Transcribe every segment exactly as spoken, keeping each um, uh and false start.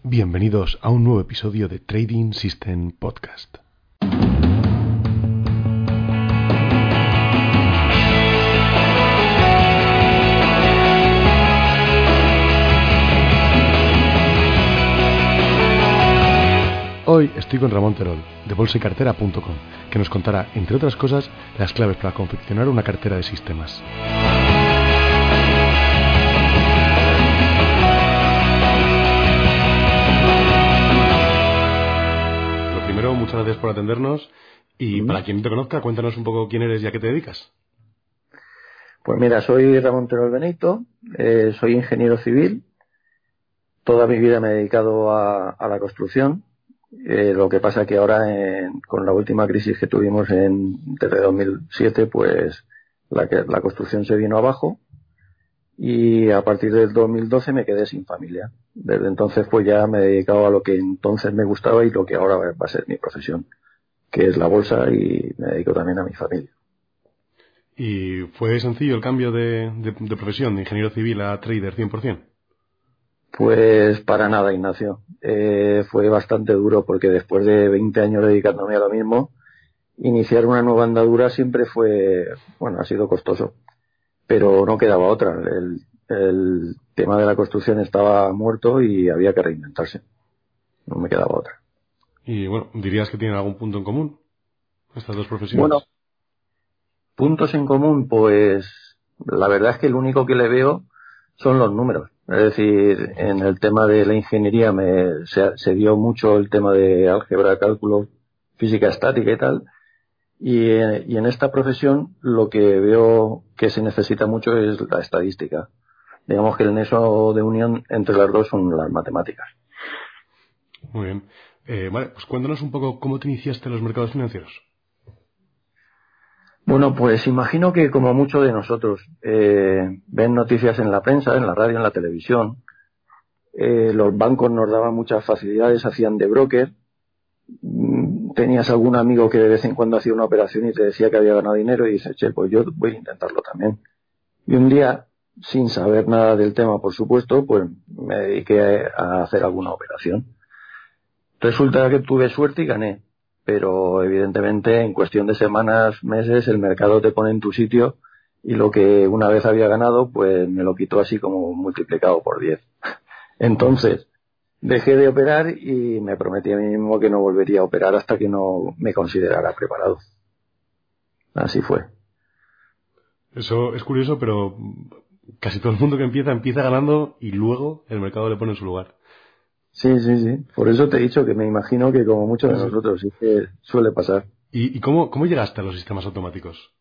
Bienvenidos a un nuevo episodio de Trading System Podcast. Hoy estoy con Ramón Terol, de bolsa y cartera punto com, que nos contará, entre otras cosas, las claves para confeccionar una cartera de sistemas. Lo primero, muchas gracias por atendernos y, para quien no te conozca, cuéntanos un poco quién eres y a qué te dedicas. Pues mira, soy Ramón Terol Benito, eh, soy ingeniero civil. Toda mi vida me he dedicado a, a la construcción. Eh, lo que pasa que ahora, en, con la última crisis que tuvimos en, desde dos mil siete, pues la, que, la construcción se vino abajo y a partir del dos mil doce me quedé sin familia. Desde entonces pues ya me he dedicado a lo que entonces me gustaba y lo que ahora va a ser mi profesión, que es la bolsa, y me dedico también a mi familia. ¿Y fue sencillo el cambio de, de, de profesión, de ingeniero civil a trader cien por ciento? Pues para nada, Ignacio. Eh, fue bastante duro porque después de veinte años dedicándome a lo mismo, iniciar una nueva andadura siempre fue, bueno, ha sido costoso, pero no quedaba otra. El, el tema de la construcción estaba muerto y había que reinventarse. No me quedaba otra. Y bueno, ¿dirías que tienen algún punto en común estas dos profesiones? Bueno, puntos en común, pues la verdad es que el único que le veo son los números. Es decir, en el tema de la ingeniería me, se, se dio mucho el tema de álgebra, cálculo, física estática y tal. Y, y en esta profesión lo que veo que se necesita mucho es la estadística. Digamos que el nexo de unión entre las dos son las matemáticas. Muy bien. Eh, vale, pues cuéntanos un poco cómo te iniciaste en los mercados financieros. Bueno, pues imagino que como muchos de nosotros eh, ven noticias en la prensa, en la radio, en la televisión. Eh, los bancos nos daban muchas facilidades, hacían de broker. Tenías algún amigo que de vez en cuando hacía una operación y te decía que había ganado dinero y dices, che, pues yo voy a intentarlo también. Y un día, sin saber nada del tema, por supuesto, pues me dediqué a hacer alguna operación. Resulta que tuve suerte y gané, pero evidentemente en cuestión de semanas, meses, el mercado te pone en tu sitio y lo que una vez había ganado, pues me lo quitó así como multiplicado por diez. Entonces, dejé de operar y me prometí a mí mismo que no volvería a operar hasta que no me considerara preparado. Así fue. Eso es curioso, pero casi todo el mundo que empieza, empieza ganando y luego el mercado le pone en su lugar. Sí, sí, sí. Por eso te he dicho que me imagino que como muchos de Sí. nosotros, sí que suele pasar. ¿Y, y cómo, cómo llegaste a los sistemas automáticos?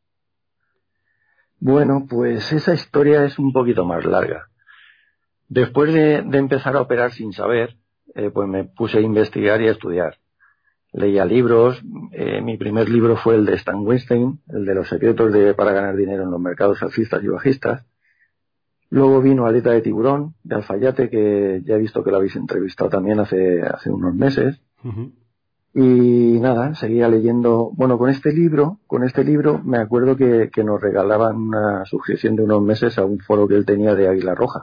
Bueno, pues esa historia es un poquito más larga. Después de, de empezar a operar sin saber, eh, pues me puse a investigar y a estudiar. Leía libros. Eh, mi primer libro fue el de Stan Weinstein, el de los secretos de para ganar dinero en los mercados alcistas y bajistas. Luego vino Aleta de tiburón, de Alfayate, que ya he visto que lo habéis entrevistado también hace, hace unos meses. Uh-huh. Y nada, seguía leyendo. Bueno, con este libro, con este libro me acuerdo que, que nos regalaban una suscripción de unos meses a un foro que él tenía de Águila Roja.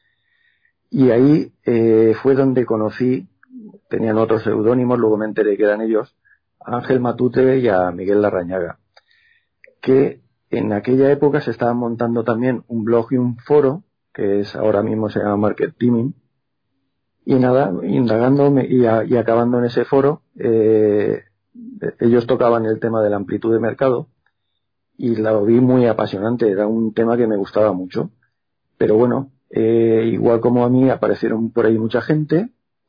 Y ahí eh, fue donde conocí, tenían otros seudónimos, luego me enteré que eran ellos, a Ángel Matute y a Miguel Larrañaga, que en aquella época se estaban montando también un blog y un foro, que es ahora mismo se llama Market Teaming. Y nada, indagando y, a, y acabando en ese foro, eh, ellos tocaban el tema de la amplitud de mercado y lo vi muy apasionante, era un tema que me gustaba mucho. Pero bueno, eh, igual como a mí aparecieron por ahí mucha gente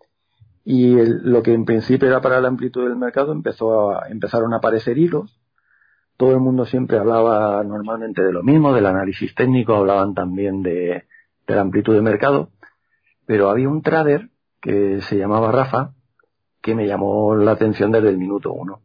y el, lo que en principio era para la amplitud del mercado empezó a, empezaron a aparecer hilos. Todo el mundo siempre hablaba normalmente de lo mismo, del análisis técnico, hablaban también de, de la amplitud de mercado. Pero había un trader que se llamaba Rafa que me llamó la atención desde el minuto uno.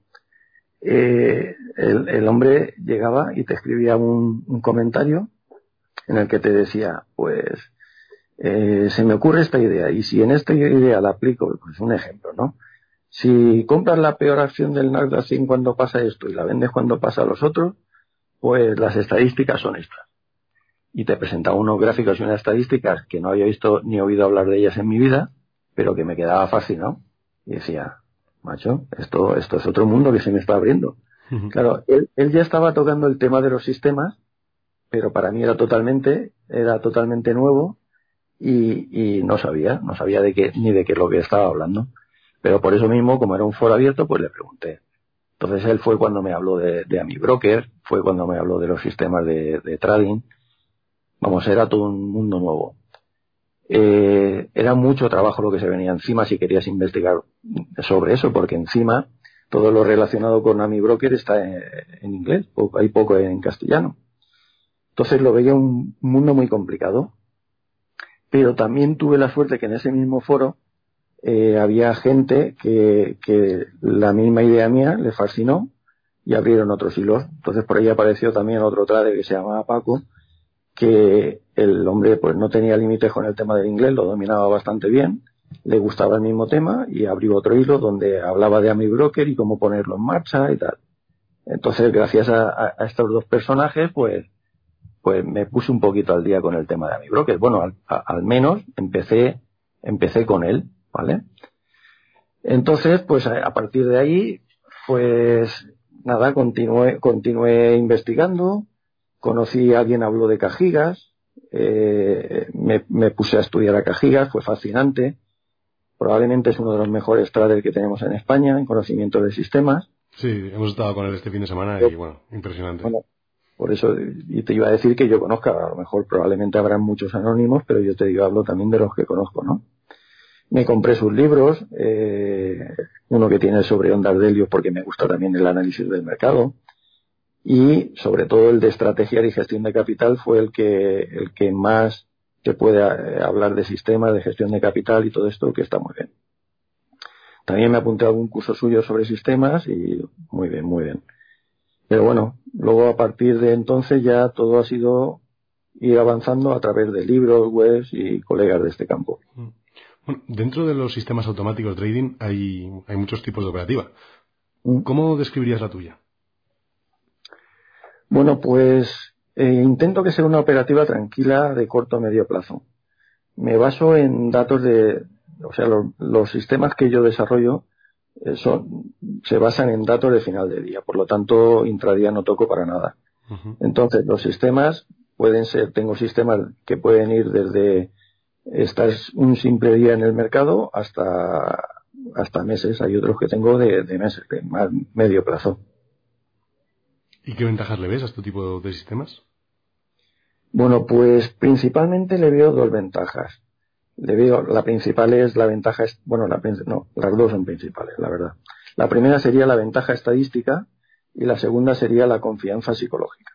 Eh, el, el hombre llegaba y te escribía un, un comentario en el que te decía, pues, eh, se me ocurre esta idea y si en esta idea la aplico, pues un ejemplo, ¿no? Si compras la peor acción del Nasdaq cien cuando pasa esto y la vendes cuando pasa a los otros, pues las estadísticas son estas. Y te presentaba unos gráficos y unas estadísticas que no había visto ni oído hablar de ellas en mi vida, pero que me quedaba fascinado. Y decía, macho, esto, esto es otro mundo que se me está abriendo. Uh-huh. Claro, él, él ya estaba tocando el tema de los sistemas, pero para mí era totalmente, era totalmente nuevo y, y no sabía, no sabía de qué, ni de qué es lo que estaba hablando. Pero por eso mismo, como era un foro abierto, pues le pregunté. Entonces él fue cuando me habló de, de AmiBroker, fue cuando me habló de los sistemas de, de trading. Vamos, era todo un mundo nuevo. Eh, era mucho trabajo lo que se venía encima si querías investigar sobre eso, porque encima todo lo relacionado con AmiBroker está en, en inglés, hay poco en castellano. Entonces lo veía un mundo muy complicado. Pero también tuve la suerte que en ese mismo foro eh, había gente que, que la misma idea mía le fascinó y abrieron otros hilos. Entonces por ahí apareció también otro trader que se llamaba Paco, que el hombre pues no tenía límites con el tema del inglés, lo dominaba bastante bien, le gustaba el mismo tema y abrió otro hilo donde hablaba de AmiBroker y cómo ponerlo en marcha y tal. Entonces gracias a, a, a estos dos personajes pues pues me puse un poquito al día con el tema de AmiBroker. Bueno, al, a, al menos empecé empecé con él, ¿vale? Entonces, pues a, a partir de ahí, pues nada, continué, continué investigando, conocí a alguien, habló de Cajigas, eh, me, me puse a estudiar a Cajigas, fue fascinante, probablemente es uno de los mejores traders que tenemos en España en conocimiento de sistemas. Sí, hemos estado con él este fin de semana y bueno, impresionante. Bueno, por eso, y te iba a decir que yo conozca, a lo mejor probablemente habrán muchos anónimos, pero yo te digo, hablo también de los que conozco, ¿no? Me compré sus libros, eh, uno que tiene sobre ondas de Helios porque me gusta también el análisis del mercado, y sobre todo el de estrategia y gestión de capital fue el que, el que más te puede hablar de sistemas, de gestión de capital y todo esto, que está muy bien. También me apunté a algún curso suyo sobre sistemas y muy bien, muy bien. Pero bueno, luego a partir de entonces ya todo ha sido ir avanzando a través de libros, webs y colegas de este campo. Bueno, dentro de los sistemas automáticos de trading hay, hay muchos tipos de operativa. ¿Cómo describirías la tuya? Bueno, pues eh, intento que sea una operativa tranquila de corto o medio plazo. Me baso en datos de, o sea, los, los sistemas que yo desarrollo eh, son, se basan en datos de final de día, por lo tanto intradía no toco para nada. Uh-huh. Entonces los sistemas pueden ser, tengo sistemas que pueden ir desde estás un simple día en el mercado hasta hasta meses, hay otros que tengo de, de meses, de más medio plazo. ¿Y qué ventajas le ves a este tipo de sistemas? Bueno, pues principalmente le veo dos ventajas. Le veo, la principal es la ventaja, bueno, la, no, las dos son principales, la verdad. La primera sería la ventaja estadística y la segunda sería la confianza psicológica.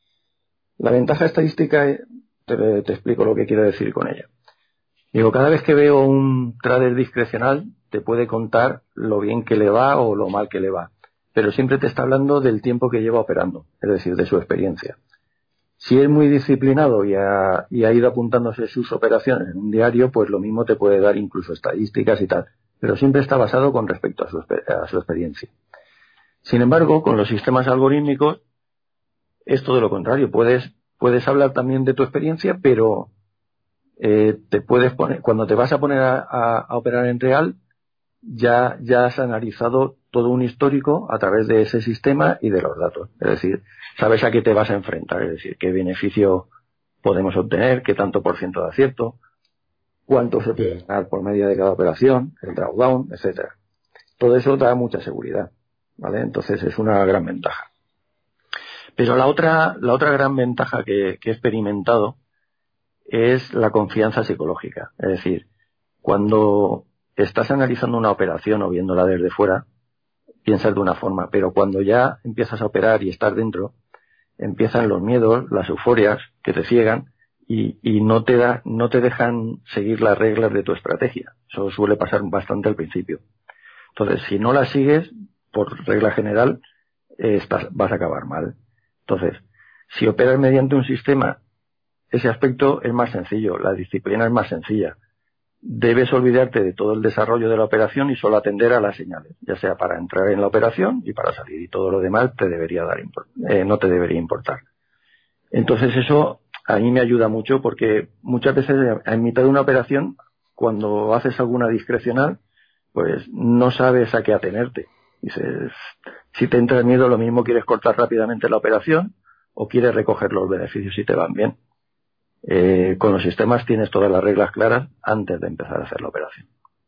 La ventaja estadística, te, te explico lo que quiero decir con ella. Digo, cada vez que veo un trader discrecional, te puede contar lo bien que le va o lo mal que le va. Pero siempre te está hablando del tiempo que lleva operando, es decir, de su experiencia. Si es muy disciplinado y ha, y ha ido apuntándose sus operaciones en un diario, pues lo mismo te puede dar incluso estadísticas y tal. Pero siempre está basado con respecto a su, a su experiencia. Sin embargo, con los sistemas algorítmicos, es todo lo contrario. Puedes, puedes hablar también de tu experiencia, pero eh, te puedes poner, cuando te vas a poner a, a, a operar en real, ya, ya has analizado todo un histórico a través de ese sistema y de los datos. Es decir, sabes a qué te vas a enfrentar, es decir, qué beneficio podemos obtener, qué tanto por ciento de acierto, cuánto se puede ganar por media de cada operación, el drawdown, etcétera. Todo eso da mucha seguridad, ¿vale? Entonces es una gran ventaja. Pero la otra, la otra gran ventaja que, que he experimentado es la confianza psicológica. Es decir, cuando estás analizando una operación o viéndola desde fuera, piensas de una forma, pero cuando ya empiezas a operar y estás dentro, empiezan los miedos, las euforias que te ciegan y, y no te da, no te dejan seguir las reglas de tu estrategia. Eso suele pasar bastante al principio. Entonces, si no las sigues, por regla general, eh, estás, vas a acabar mal. Entonces, si operas mediante un sistema, ese aspecto es más sencillo, la disciplina es más sencilla. Debes olvidarte de todo el desarrollo de la operación y solo atender a las señales, ya sea para entrar en la operación y para salir, y todo lo demás te debería dar eh, no te debería importar. Entonces eso a mí me ayuda mucho porque muchas veces en mitad de una operación cuando haces alguna discrecional, pues no sabes a qué atenerte. Dices, si te entra el miedo, lo mismo quieres cortar rápidamente la operación o quieres recoger los beneficios si te van bien. Eh, con los sistemas tienes todas las reglas claras antes de empezar a hacer la operación.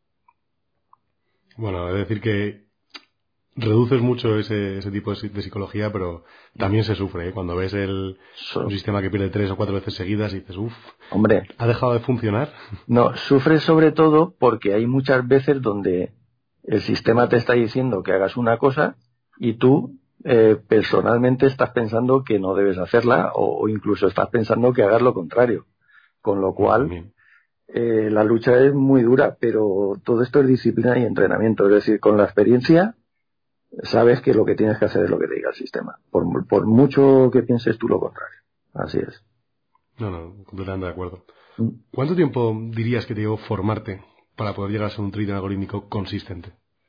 Bueno, es decir que reduces mucho ese, ese tipo de, de psicología, pero también se sufre, ¿eh? Cuando ves el, So, un sistema que pierde tres o cuatro veces seguidas y dices, uff, hombre, ¿ha dejado de funcionar? no, sufres sobre todo porque hay muchas veces donde el sistema te está diciendo que hagas una cosa y tú eh, personalmente estás pensando que no debes hacerla o, o incluso estás pensando que hagas lo contrario. Con lo cual, eh, la lucha es muy dura, pero todo esto es disciplina y entrenamiento. Es decir, con la experiencia sabes que lo que tienes que hacer es lo que te diga el sistema, por, por mucho que pienses tú lo contrario. Así es. No, no, completamente de acuerdo. Mm. ¿Cuánto tiempo dirías que te llevó formarte para poder llegar a ser un trading algorítmico consistente?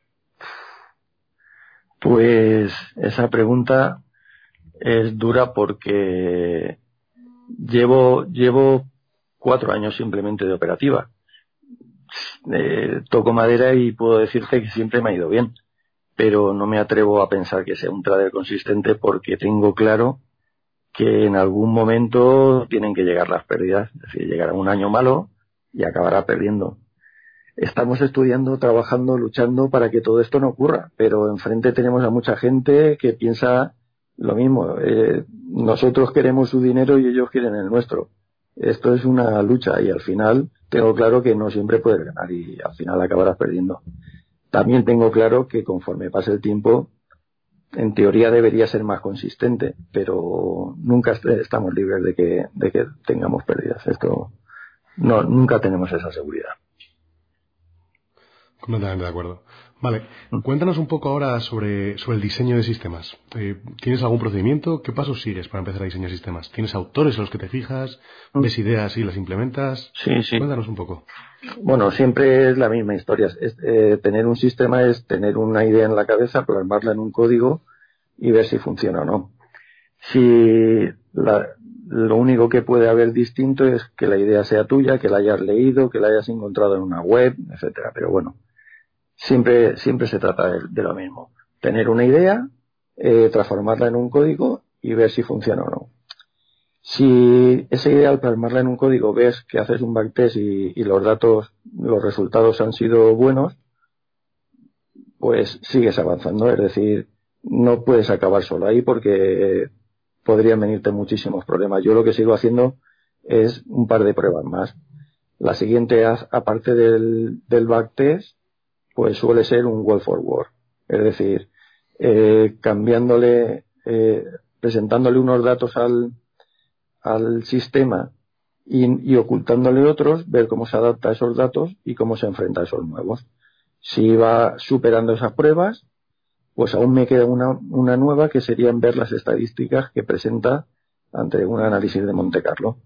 Pues esa pregunta es dura porque llevo llevo cuatro años simplemente de operativa. Eh, toco madera y puedo decirte que siempre me ha ido bien, pero no me atrevo a pensar que sea un trader consistente porque tengo claro que en algún momento tienen que llegar las pérdidas, es decir, llegará un año malo y acabará perdiendo. Estamos estudiando, trabajando, luchando para que todo esto no ocurra, pero enfrente tenemos a mucha gente que piensa lo mismo. Eh, nosotros queremos su dinero y ellos quieren el nuestro. Esto es una lucha y al final tengo claro que no siempre puedes ganar y al final acabarás perdiendo. También tengo claro que conforme pase el tiempo, en teoría debería ser más consistente, pero nunca est- estamos libres de que, de que tengamos pérdidas. Esto no, nunca tenemos esa seguridad. Completamente de acuerdo. Vale, cuéntanos un poco ahora sobre, sobre el diseño de sistemas. Eh, ¿Tienes algún procedimiento? ¿Qué pasos sigues para empezar a diseñar sistemas? ¿Tienes autores en los que te fijas? ¿Ves ideas y las implementas? Sí, sí. Cuéntanos un poco. Bueno, siempre es la misma historia. Es, eh, tener un sistema es tener una idea en la cabeza, plasmarla en un código y ver si funciona o no. Si la, lo único que puede haber distinto es que la idea sea tuya, que la hayas leído, que la hayas encontrado en una web, etcétera. Pero bueno, siempre siempre se trata de, de lo mismo. Tener una idea, eh, transformarla en un código y ver si funciona o no. Si esa idea al plasmarla en un código ves que haces un backtest y, y los datos, los resultados han sido buenos, pues sigues avanzando. Es decir, no puedes acabar solo ahí porque podrían venirte muchísimos problemas. Yo lo que sigo haciendo es un par de pruebas más. La siguiente, aparte del, del backtest, pues suele ser un word for word. Es decir, eh, cambiándole, eh, presentándole unos datos al al sistema y, y ocultándole otros, ver cómo se adapta a esos datos y cómo se enfrenta a esos nuevos. Si va superando esas pruebas, pues aún me queda una, una nueva que serían ver las estadísticas que presenta ante un análisis de Monte Carlo.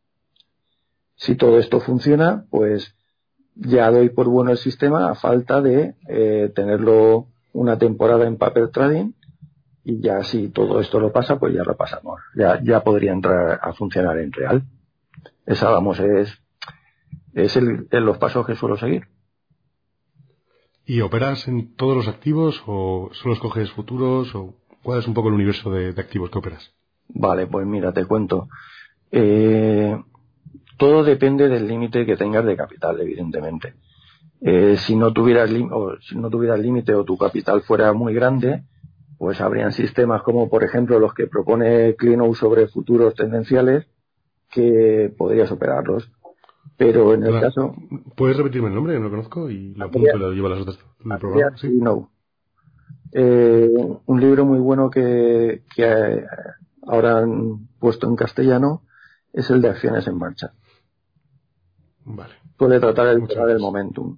Si todo esto funciona, pues ya doy por bueno el sistema a falta de eh, tenerlo una temporada en paper trading. Y ya si todo esto lo pasa, pues ya lo pasamos. Ya, ya podría entrar a funcionar en real. Esa, vamos, es, es el, el los pasos que suelo seguir. ¿Y operas en todos los activos o solo escoges futuros o cuál es un poco el universo de, de activos que operas? Vale, pues mira, te cuento. Eh, todo depende del límite que tengas de capital, evidentemente. Eh, si no tuvieras o si no tuvieras límite o tu capital fuera muy grande, pues habrían sistemas como, por ejemplo, los que propone Clino sobre futuros tendenciales, que podrías operarlos. Pero en el Hola. caso... ¿Puedes repetirme el nombre? Que no lo conozco y lo apunto y lo llevo a las otras del programa. ¿Sí? Clino. Eh, un libro muy bueno que, que ahora han puesto en castellano es el de Acciones en Marcha. Vale. Suele tratar el Muchas tema del gracias. momentum.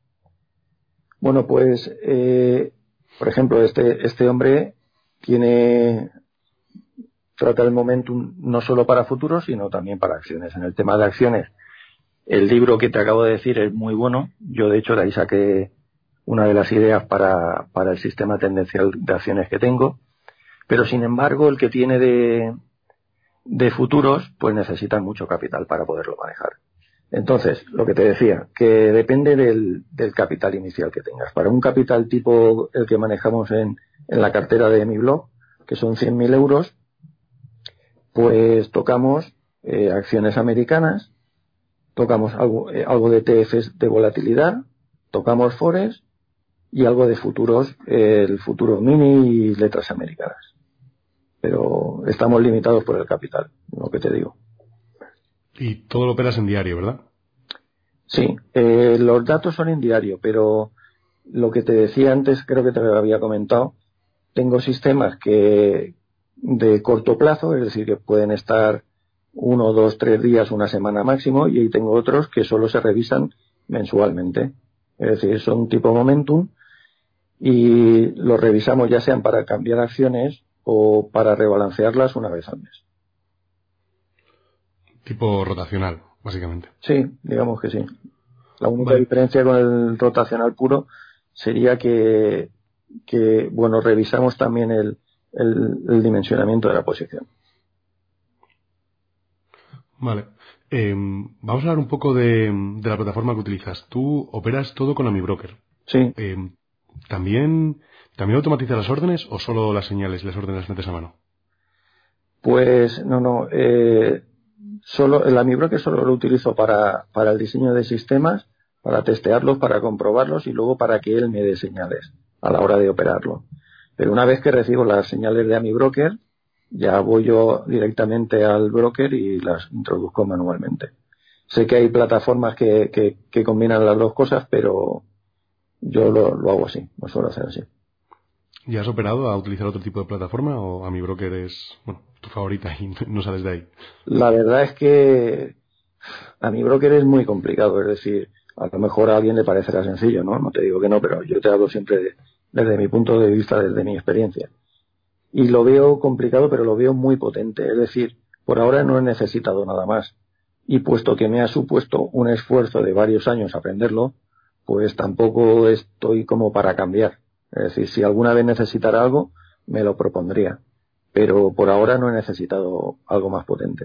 Bueno, pues, eh, por ejemplo, este, este hombre tiene, trata el momentum no solo para futuros, sino también para acciones. En el tema de acciones, el libro que te acabo de decir es muy bueno. Yo, de hecho, de ahí saqué una de las ideas para, para el sistema tendencial de acciones que tengo. Pero, sin embargo, el que tiene de, de futuros, pues necesita mucho capital para poderlo manejar. Entonces, lo que te decía, que depende del, del capital inicial que tengas. Para un capital tipo el que manejamos en, en la cartera de mi blog, que son cien mil euros, pues tocamos eh, acciones americanas, tocamos algo, eh, algo de E T Fs de volatilidad, tocamos Forex y algo de futuros, eh, el futuro mini y letras americanas. Pero estamos limitados por el capital, lo que te digo. Y todo lo operas en diario, ¿verdad? Sí, eh, los datos son en diario, pero lo que te decía antes, creo que te lo había comentado, tengo sistemas que de corto plazo, es decir, que pueden estar uno, dos, tres días, una semana máximo, y ahí tengo otros que solo se revisan mensualmente. Es decir, son tipo momentum y los revisamos ya sean para cambiar acciones o para rebalancearlas una vez al mes. Tipo rotacional, básicamente. Sí, digamos que sí. La única Vale. diferencia con el rotacional puro sería que, que bueno, revisamos también el, el, el dimensionamiento de la posición. Vale. Eh, vamos a hablar un poco de, de la plataforma que utilizas. Tú operas todo con AmiBroker. Sí, Eh, ¿también, ¿También automatiza las órdenes o solo las señales y las órdenes las metes a mano? pues no, no. Eh, solo el AmiBroker solo lo utilizo para, para el diseño de sistemas, para testearlos, para comprobarlos y luego para que él me dé señales a la hora de operarlo. Pero una vez que recibo las señales de AmiBroker, ya voy yo directamente al broker y las introduzco manualmente. Sé que hay plataformas que, que, que combinan las dos cosas, pero yo lo, lo hago así, lo suelo hacer así. ¿Ya has operado a utilizar otro tipo de plataforma o AmiBroker es, bueno, tu favorita y no sales de ahí? La verdad es que a mi broker es muy complicado, es decir, a lo mejor a alguien le parecerá sencillo, ¿no? No te digo que no, pero yo te hablo siempre de, desde mi punto de vista, desde mi experiencia. Y lo veo complicado, pero lo veo muy potente, es decir, por ahora no he necesitado nada más. Y puesto que me ha supuesto un esfuerzo de varios años aprenderlo, pues tampoco estoy como para cambiar. Es decir, si alguna vez necesitara algo, me lo propondría. Pero por ahora no he necesitado algo más potente.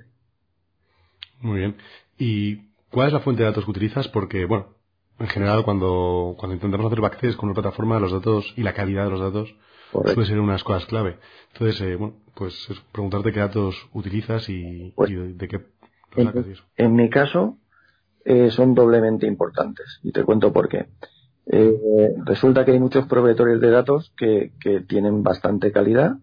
Muy bien. ¿Y cuál es la fuente de datos que utilizas? Porque, bueno, en general cuando, cuando intentamos hacer backtest con una plataforma, los datos y la calidad de los datos Correcto. suele ser unas cosas clave. Entonces, eh, bueno, pues es preguntarte qué datos utilizas y, Pues, y de, de qué lo en, sacas y eso. en mi caso, eh, son doblemente importantes. Y te cuento por qué. Eh, resulta que hay muchos proveedores de datos que, que tienen bastante calidad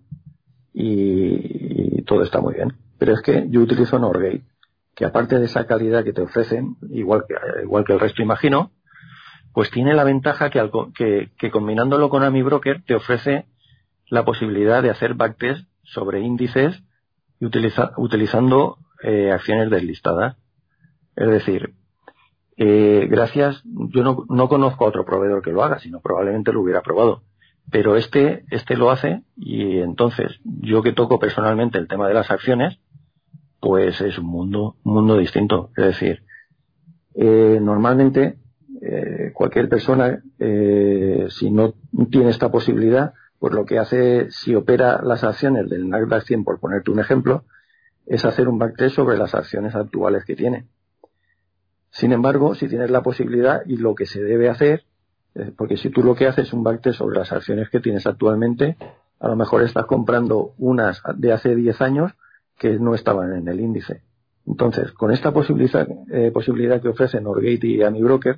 y, y todo está muy bien. Pero es que yo utilizo Norgate, que aparte de esa calidad que te ofrecen, igual que, igual que el resto imagino, pues tiene la ventaja que, al, que, que combinándolo con AmiBroker te ofrece la posibilidad de hacer backtest sobre índices y utiliza, utilizando eh, acciones deslistadas. Es decir, eh, gracias, yo no, no conozco a otro proveedor que lo haga, sino probablemente lo hubiera probado. Pero este, este lo hace y entonces yo que toco personalmente el tema de las acciones, pues es un mundo, un mundo distinto. Es decir, eh, normalmente eh, cualquier persona, eh, si no tiene esta posibilidad, pues lo que hace, si opera las acciones del Nasdaq cien, por ponerte un ejemplo, es hacer un backtest sobre las acciones actuales que tiene. Sin embargo, si tienes la posibilidad y lo que se debe hacer, eh, porque si tú lo que haces es un backtest sobre las acciones que tienes actualmente, a lo mejor estás comprando unas de hace diez años que no estaban en el índice. Entonces, con esta posibilidad, eh, posibilidad que ofrece Norgate y AmiBroker,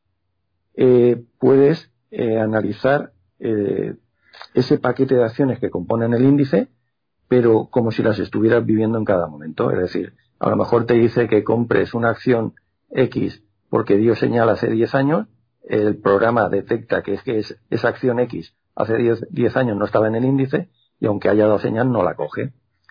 eh, puedes eh, analizar eh, ese paquete de acciones que componen el índice, pero como si las estuvieras viviendo en cada momento. Es decir, a lo mejor te dice que compres una acción X porque dio señal hace diez años, el programa detecta que es que es, esa acción X hace diez años no estaba en el índice y aunque haya dado señal no la coge.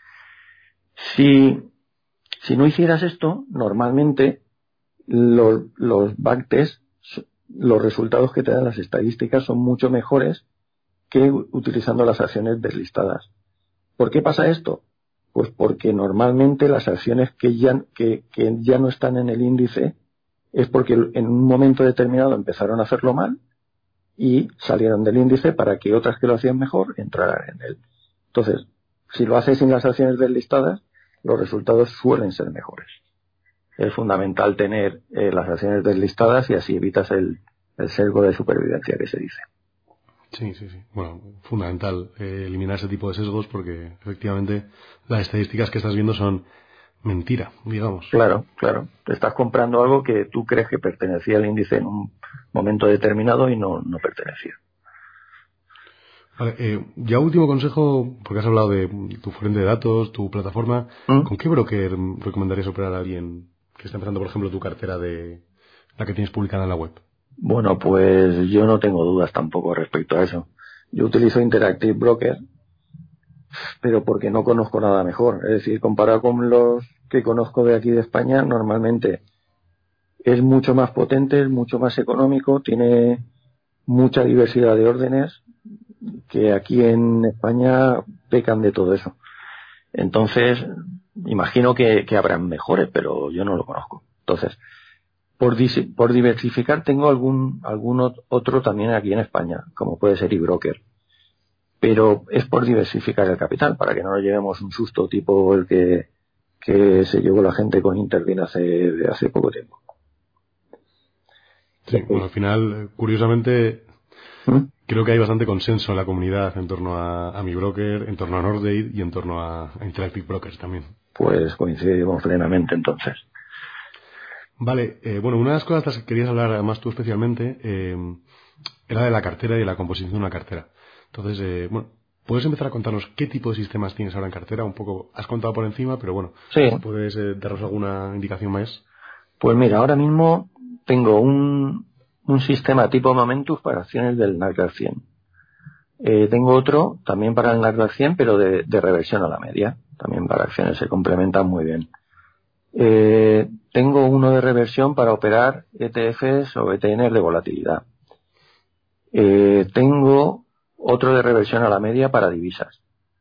Si, si no hicieras esto, normalmente los, los backtests, los resultados que te dan las estadísticas son mucho mejores que utilizando las acciones deslistadas. ¿Por qué pasa esto? Pues porque normalmente las acciones que ya, que, que ya no están en el índice es porque en un momento determinado empezaron a hacerlo mal y salieron del índice para que otras que lo hacían mejor entraran en él. Entonces, si lo haces sin las acciones deslistadas, los resultados suelen ser mejores. es fundamental tener eh, las acciones deslistadas y así evitas el, el sesgo de supervivencia que se dice. Sí, sí, sí. Bueno, fundamental eh, eliminar ese tipo de sesgos porque efectivamente las estadísticas que estás viendo son mentira, digamos. Claro, claro. Te estás comprando algo que tú crees que pertenecía al índice en un momento determinado y no, no pertenecía. Vale, eh, ya último consejo, porque has hablado de tu fuente de datos, tu plataforma. ¿Mm? ¿Con qué broker recomendarías operar a alguien que está empezando, por ejemplo, tu cartera de la que tienes publicada en la web? Bueno, pues yo no tengo dudas tampoco respecto a eso. Yo utilizo Interactive Broker, pero porque no conozco nada mejor. Es decir, comparado con los que conozco de aquí de España, normalmente es mucho más potente, es mucho más económico, tiene mucha diversidad de órdenes, que aquí en España pecan de todo eso. Entonces, imagino que, que habrán mejores, pero yo no lo conozco. Entonces, por, dis- por diversificar tengo algún, algún ot- otro también aquí en España, como puede ser eBroker. Pero es por diversificar el capital, para que no nos llevemos un susto tipo el que, que se llevó la gente con Interlin hace, de hace poco tiempo. Sí, bueno, al final, curiosamente, ¿Mm? creo que hay bastante consenso en la comunidad en torno a, a mi broker, en torno a Nordate y en torno a, a Interactive Brokers también. Pues coincidimos plenamente entonces. Vale, eh, bueno, una de las cosas de las que querías hablar además tú especialmente eh, era de la cartera y de la composición de una cartera. Entonces, eh, bueno, ¿puedes empezar a contarnos qué tipo de sistemas tienes ahora en cartera? Un poco, has contado por encima, pero bueno, Sí, si puedes eh, darnos alguna indicación más. pues mira, ahora mismo tengo un, un sistema tipo Momentus para acciones del Nasdaq cien. Eh, tengo otro también para el Nasdaq cien, pero de, de reversión a la media. También para acciones se complementan muy bien. Eh, tengo uno de reversión para operar E T Fs o E T Ns de volatilidad. Eh, tengo otro de reversión a la media para divisas.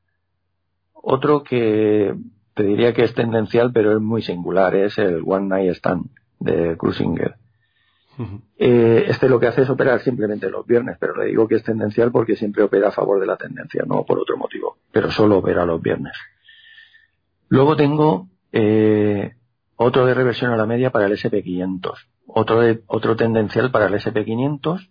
Otro que te diría que es tendencial, pero es muy singular, es el One Night Stand de Cruisinger. Uh-huh. Eh, este lo que hace es operar simplemente los viernes, pero le digo que es tendencial porque siempre opera a favor de la tendencia, no por otro motivo, pero solo opera los viernes. Luego tengo eh, otro de reversión a la media para el ese pe quinientos, otro, de, otro tendencial para el ese pe quinientos,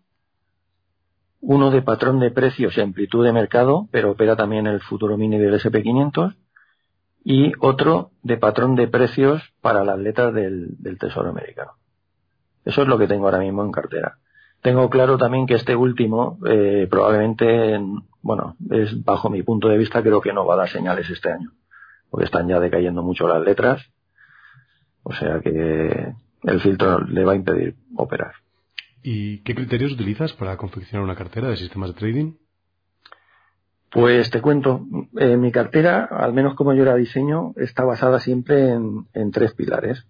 uno de patrón de precios y amplitud de mercado, pero opera también el futuro mini del ese pe quinientos, y otro de patrón de precios para las letras del, del Tesoro americano. Eso es lo que tengo ahora mismo en cartera. Tengo claro también que este último eh, probablemente, bueno, es bajo mi punto de vista, creo que no va a dar señales este año, porque están ya decayendo mucho las letras, o sea que el filtro le va a impedir operar. ¿Y qué criterios utilizas para confeccionar una cartera de sistemas de trading? Pues te cuento, eh, mi cartera, al menos como yo la diseño, está basada siempre en, en tres pilares.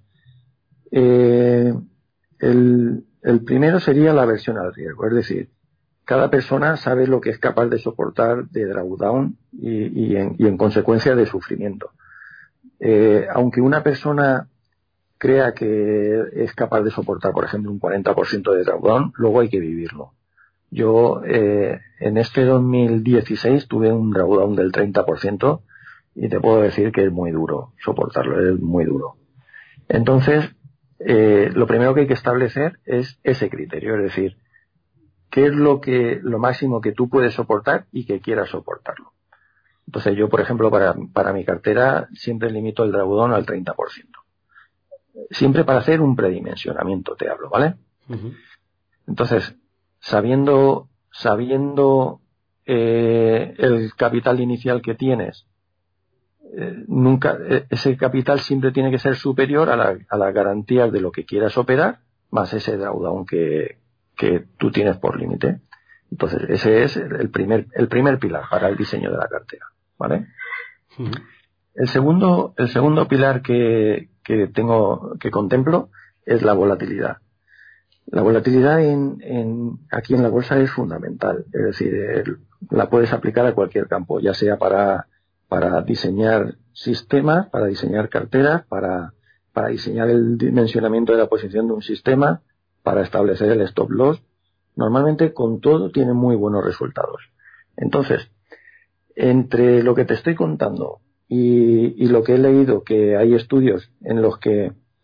Eh, el, el primero sería la aversión al riesgo, es decir, cada persona sabe lo que es capaz de soportar de drawdown y, y, en, y en consecuencia de sufrimiento. Eh, aunque una persona crea que es capaz de soportar, por ejemplo, un cuarenta por ciento de drawdown, luego hay que vivirlo. Yo eh, en este dos mil dieciséis tuve un drawdown del treinta por ciento y te puedo decir que es muy duro soportarlo, es muy duro. Entonces, eh, lo primero que hay que establecer es ese criterio, es decir, qué es lo que lo máximo que tú puedes soportar y que quieras soportarlo. Entonces yo, por ejemplo, para, para mi cartera siempre limito el drawdown al treinta por ciento. Siempre para hacer un predimensionamiento, te hablo, ¿vale? Uh-huh. Entonces, sabiendo, sabiendo eh, el capital inicial que tienes, eh, nunca, eh, ese capital siempre tiene que ser superior a, la, a las garantías de lo que quieras operar, más ese drawdown que, que tú tienes por límite. Entonces, ese es el primer, el primer pilar para el diseño de la cartera, ¿vale? Uh-huh. El segundo, el segundo pilar que, que tengo, que contemplo, es la volatilidad. La volatilidad en, en, aquí en la bolsa es fundamental, es decir, el, la puedes aplicar a cualquier campo, ya sea para, para diseñar sistemas, para diseñar carteras, para, para diseñar el dimensionamiento de la posición de un sistema, para establecer el stop loss. Normalmente con todo tiene muy buenos resultados. Entonces, entre lo que te estoy contando y, y lo que he leído, que hay estudios en los que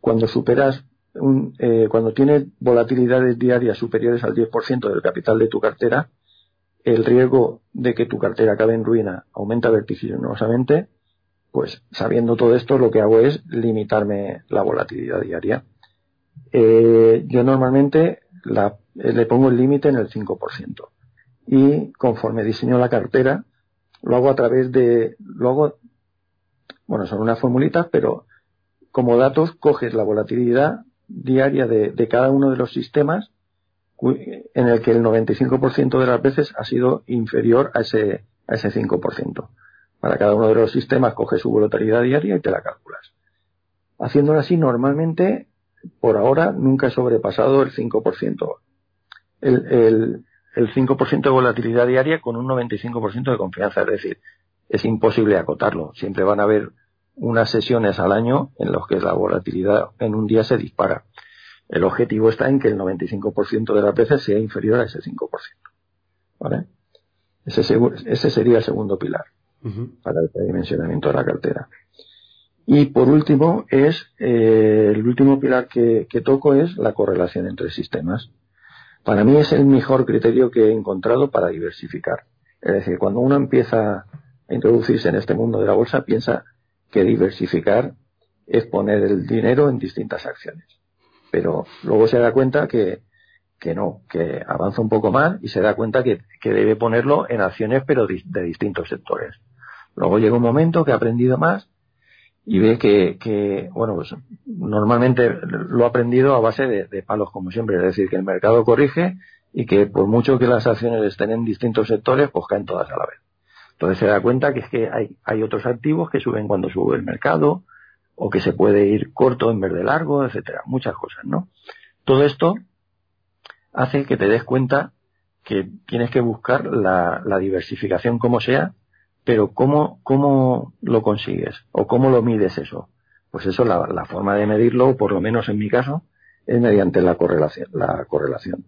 cuando superas un, eh, cuando tienes volatilidades diarias superiores al diez por ciento del capital de tu cartera, el riesgo de que tu cartera acabe en ruina aumenta vertiginosamente. Pues sabiendo todo esto, lo que hago es limitarme la volatilidad diaria. Eh, yo normalmente la, eh, le pongo el límite en el cinco por ciento y conforme diseño la cartera lo hago a través de, lo hago, bueno, son unas formulitas, pero como datos coges la volatilidad diaria de, de cada uno de los sistemas en el que el noventa y cinco por ciento de las veces ha sido inferior a ese, a ese cinco por ciento. Para cada uno de los sistemas coges su volatilidad diaria y te la calculas. Haciéndolo así, normalmente, por ahora, nunca he sobrepasado el cinco por ciento. El, el, el cinco por ciento de volatilidad diaria con un noventa y cinco por ciento de confianza. Es decir, es imposible acotarlo. Siempre van a haber unas sesiones al año en las que la volatilidad en un día se dispara. El objetivo está en que el noventa y cinco por ciento de las veces sea inferior a ese cinco por ciento. ¿Vale? Ese, ese sería el segundo pilar. Uh-huh. Para el redimensionamiento de la cartera. Y por último es eh, el último pilar que, que toco es la correlación entre sistemas. Para mí es el mejor criterio que he encontrado para diversificar. Es decir, cuando uno empieza a introducirse en este mundo de la bolsa, piensa que diversificar es poner el dinero en distintas acciones. Pero luego se da cuenta que que no, que avanza un poco más y se da cuenta que, que debe ponerlo en acciones pero de, de distintos sectores. Luego llega un momento que ha aprendido más y ve que, que bueno, pues normalmente lo ha aprendido a base de, de palos como siempre, es decir, que el mercado corrige y que por mucho que las acciones estén en distintos sectores, pues caen todas a la vez. Entonces se da cuenta que es que hay, hay otros activos que suben cuando sube el mercado o que se puede ir corto en vez de largo, etcétera, muchas cosas, ¿no? Todo esto hace que te des cuenta que tienes que buscar la, la diversificación como sea, pero ¿cómo, cómo lo consigues? ¿O cómo lo mides eso? Pues eso, la, la forma de medirlo, por lo menos en mi caso, es mediante la correlación, la correlación.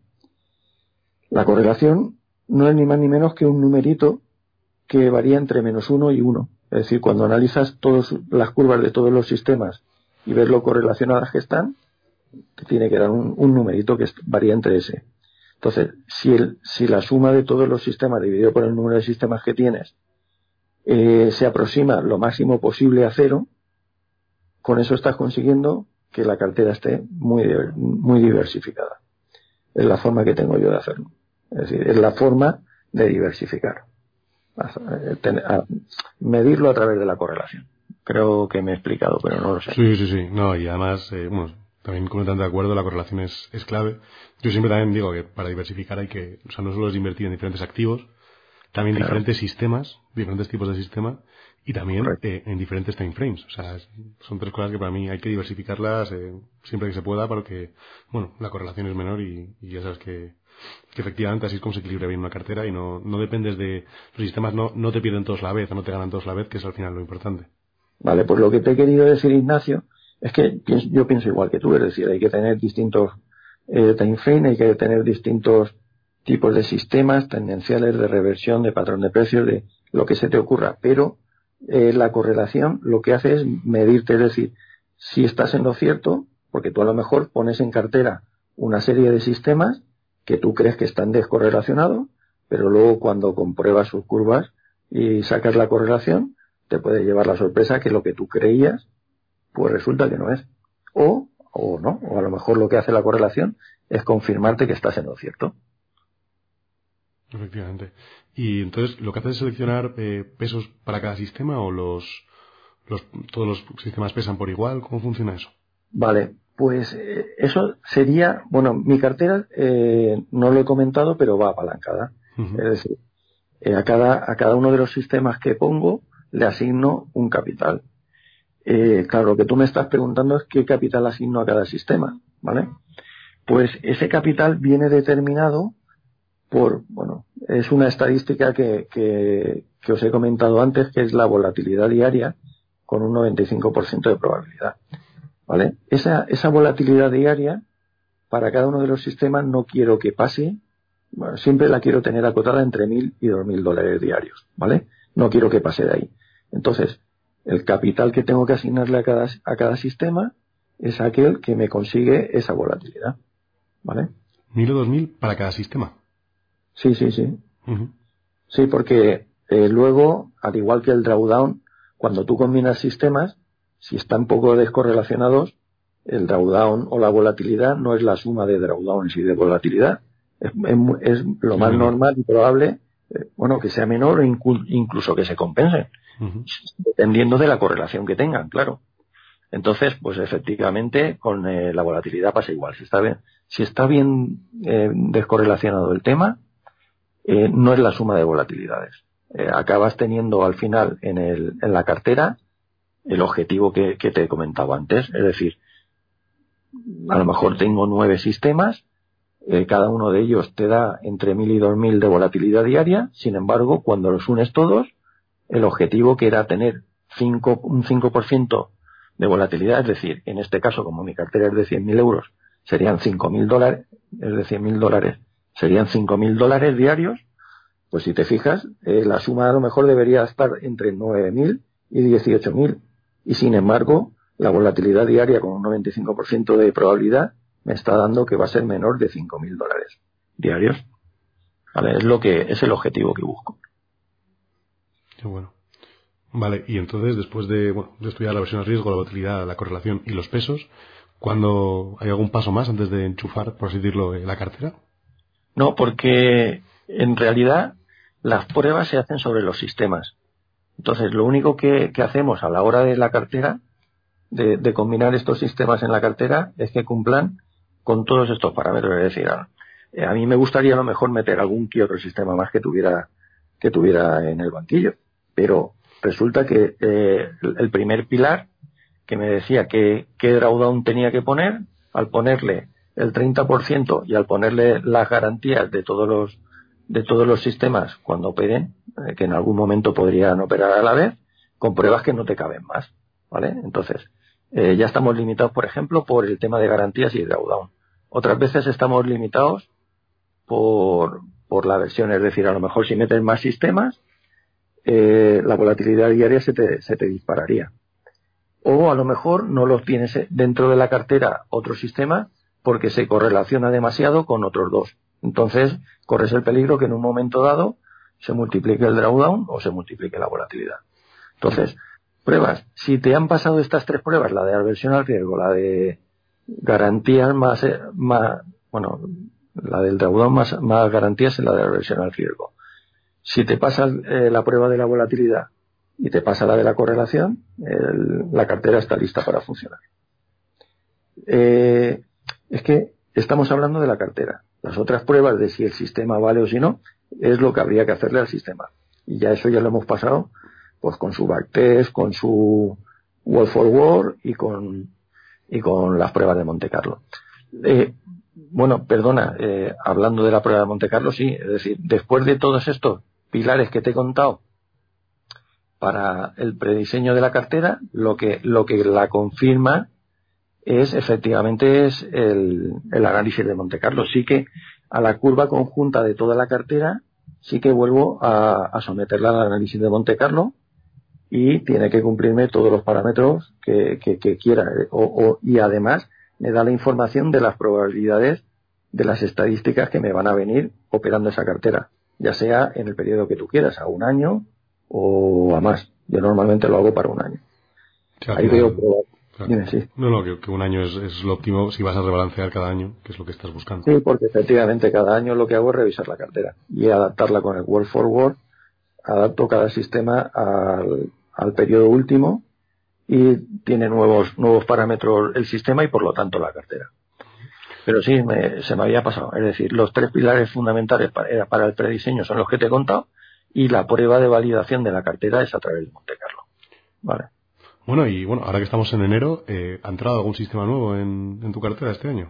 La correlación no es ni más ni menos que un numerito que varía entre menos uno y uno. Es decir, cuando analizas todas las curvas de todos los sistemas y ves lo correlacionadas que están, te tiene que dar un, un numerito que varía entre ese. Entonces, si, el, si la suma de todos los sistemas dividido por el número de sistemas que tienes eh, se aproxima lo máximo posible a cero, con eso estás consiguiendo que la cartera esté muy, muy diversificada. Es la forma que tengo yo de hacerlo. Es decir, es la forma de diversificar. A, a, a medirlo a través de la correlación. Creo que me he explicado, pero no lo sé. Sí, sí, sí. No, y además, eh, bueno, también completamente de acuerdo, la correlación es, es clave. Yo siempre también digo que para diversificar hay que, o sea, no solo es invertir en diferentes activos, también claro. diferentes sistemas, diferentes tipos de sistema, y también eh, en diferentes time frames. O sea, es, son tres cosas que para mí hay que diversificarlas eh, siempre que se pueda, porque, bueno, la correlación es menor y, y ya sabes que, que efectivamente así es como se equilibra bien una cartera y no, no dependes de, los sistemas no, no te pierden todos la vez, no te ganan todos la vez, que es al final lo importante. Vale, pues lo que te he querido decir, Ignacio, es que pienso, yo pienso igual que tú, es decir, hay que tener distintos eh, time frame, hay que tener distintos tipos de sistemas tendenciales de reversión, de patrón de precios, de lo que se te ocurra, pero eh, la correlación lo que hace es medirte, es decir, si estás en lo cierto, porque tú a lo mejor pones en cartera una serie de sistemas que tú crees que están descorrelacionados, pero luego cuando compruebas sus curvas y sacas la correlación, te puede llevar la sorpresa que lo que tú creías pues resulta que no es. O, o no, o a lo mejor lo que hace la correlación es confirmarte que estás en lo cierto. Efectivamente. Y entonces, ¿lo que haces es seleccionar eh, pesos para cada sistema o los, los todos los sistemas pesan por igual? ¿Cómo funciona eso? Vale, pues eh, eso sería, bueno, mi cartera eh, no lo he comentado, pero va apalancada. Uh-huh. Es decir, eh, a cada a cada uno de los sistemas que pongo le asigno un capital. Eh, claro, lo que tú me estás preguntando es qué capital asigno a cada sistema, ¿vale? Pues ese capital viene determinado por, bueno, es una estadística que, que, que os he comentado antes, que es la volatilidad diaria con un noventa y cinco por ciento de probabilidad, ¿vale? Esa, esa volatilidad diaria para cada uno de los sistemas no quiero que pase, bueno, siempre la quiero tener acotada entre mil y dos mil dólares diarios, ¿vale? No quiero que pase de ahí. Entonces, el capital que tengo que asignarle a cada, a cada sistema es aquel que me consigue esa volatilidad, ¿vale? ¿Mil o dos mil para cada sistema? Sí, sí, sí. Uh-huh. Sí, porque eh, luego, al igual que el drawdown, cuando tú combinas sistemas, si están poco descorrelacionados, el drawdown o la volatilidad no es la suma de drawdowns y de volatilidad. Es, es, es lo Sí, más menor. normal y probable, eh, bueno, que sea menor o incu- incluso que se compensen, Uh-huh. dependiendo de la correlación que tengan, claro. Entonces, pues efectivamente, con eh, la volatilidad pasa igual. Si está bien, si está bien eh, descorrelacionado el tema, eh, no es la suma de volatilidades. Eh, acabas teniendo al final en, el, en la cartera el objetivo que, que te he comentado antes. Es decir, a lo mejor tengo nueve sistemas, eh, cada uno de ellos te da entre mil y dos mil de volatilidad diaria. Sin embargo, cuando los unes todos, el objetivo que era tener cinco, un cinco por ciento de volatilidad, es decir, en este caso, como mi cartera es de cien mil euros, serían cinco mil dólares, es de cien mil dólares, serían cinco mil dólares diarios. Pues si te fijas, eh, la suma a lo mejor debería estar entre nueve mil y dieciocho mil. Y sin embargo, la volatilidad diaria con un noventa y cinco por ciento de probabilidad me está dando que va a ser menor de cinco mil dólares diarios. ¿Vale? Es lo que, es el objetivo que busco. Qué bueno. Vale, y entonces, después de, bueno, de estudiar la versión al riesgo, la volatilidad, la correlación y los pesos, ¿cuándo hay algún paso más antes de enchufar, por así decirlo, la cartera? No, porque en realidad las pruebas se hacen sobre los sistemas. Entonces, lo único que, que hacemos a la hora de la cartera, de, de combinar estos sistemas en la cartera, es que cumplan con todos estos parámetros. Es decir, a, a mí me gustaría a lo mejor meter algún que otro sistema más que tuviera, que tuviera en el banquillo. Pero resulta que eh, el primer pilar que me decía que qué drawdown tenía que poner, al ponerle el treinta por ciento y al ponerle las garantías de todos los de todos los sistemas cuando operen, eh, que en algún momento podrían operar a la vez, con pruebas que no te caben más, ¿vale? Entonces, eh, ya estamos limitados, por ejemplo, por el tema de garantías y drawdown. Otras veces estamos limitados por, por la versión, es decir, a lo mejor si metes más sistemas, eh, la volatilidad diaria se te, se te dispararía. O a lo mejor no los tienes dentro de la cartera otro sistema porque se correlaciona demasiado con otros dos. Entonces, corres el peligro que en un momento dado se multiplique el drawdown o se multiplique la volatilidad. Entonces, pruebas. Si te han pasado estas tres pruebas, la de aversión al riesgo, la de garantías más, más bueno, la del drawdown más, más garantías y la de aversión al riesgo. Si te pasa eh, la prueba de la volatilidad y te pasa la de la correlación, el, la cartera está lista para funcionar. Eh, es que estamos hablando de la cartera. Las otras pruebas de si el sistema vale o si no, es lo que habría que hacerle al sistema. Y ya eso ya lo hemos pasado pues con su backtest, con su Wall Forward y con, y con las pruebas de Monte Carlo. Eh, bueno, perdona, eh, hablando de la prueba de Monte Carlo, sí, es decir, después de todos estos pilares que te he contado, para el prediseño de la cartera, lo que lo que la confirma es efectivamente es el, el análisis de Monte Carlo. Sí que a la curva conjunta de toda la cartera sí que vuelvo a, a someterla al análisis de Monte Carlo y tiene que cumplirme todos los parámetros que, que, que quiera o, o, y además me da la información de las probabilidades de las estadísticas que me van a venir operando esa cartera, ya sea en el periodo que tú quieras, a un año o a más. Yo normalmente lo hago para un año. Sí, Ahí final, veo pruebas. claro. Dime, sí. No, no, que, que un año es, es lo óptimo si vas a rebalancear cada año, que es lo que estás buscando. Sí, porque efectivamente cada año lo que hago es revisar la cartera y adaptarla con el World Forward. Adapto cada sistema al, al periodo último y tiene nuevos nuevos parámetros el sistema y por lo tanto la cartera. Pero sí, me, se me había pasado. Es decir, los tres pilares fundamentales para, para el prediseño son los que te he contado y la prueba de validación de la cartera es a través de Monte Carlo. Vale. Bueno, y bueno, ahora que estamos en enero, eh, ¿ha entrado algún sistema nuevo en, en tu cartera este año?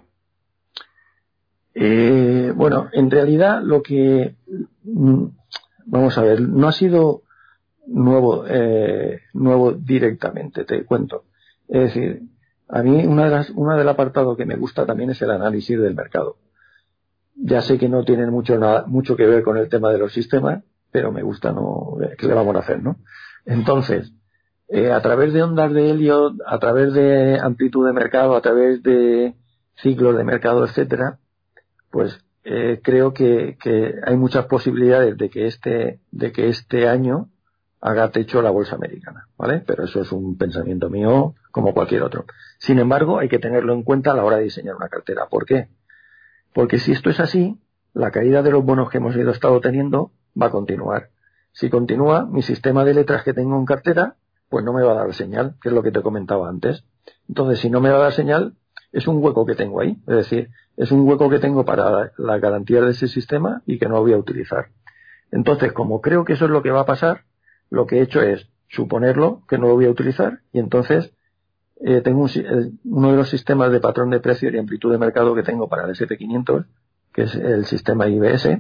Eh, bueno, en realidad lo que... Vamos a ver, no ha sido nuevo eh, nuevo directamente, te cuento. Es decir, a mí una de las, una del apartado que me gusta también es el análisis del mercado. Ya sé que no tienen mucho nada, mucho que ver con el tema de los sistemas, pero me gusta, no, ¿qué le vamos a hacer, no? Entonces, Eh, a través de ondas de Elliott, a través de amplitud de mercado, a través de ciclos de mercado, etcétera, pues eh, creo que, que hay muchas posibilidades de que este de que este año haga techo la bolsa americana, ¿vale? Pero eso es un pensamiento mío como cualquier otro. Sin embargo, hay que tenerlo en cuenta a la hora de diseñar una cartera. ¿Por qué? Porque si esto es así, la caída de los bonos que hemos ido estado teniendo va a continuar. Si continúa, mi sistema de letras que tengo en cartera, pues no me va a dar señal, que es lo que te comentaba antes. Entonces, si no me va a dar señal, es un hueco que tengo ahí. Es decir, es un hueco que tengo para la garantía de ese sistema y que no voy a utilizar. Entonces, como creo que eso es lo que va a pasar, lo que he hecho es suponerlo, que no lo voy a utilizar, y entonces eh, tengo un, el, uno de los sistemas de patrón de precio y amplitud de mercado que tengo para el ese and pe quinientos, que es el sistema I B S,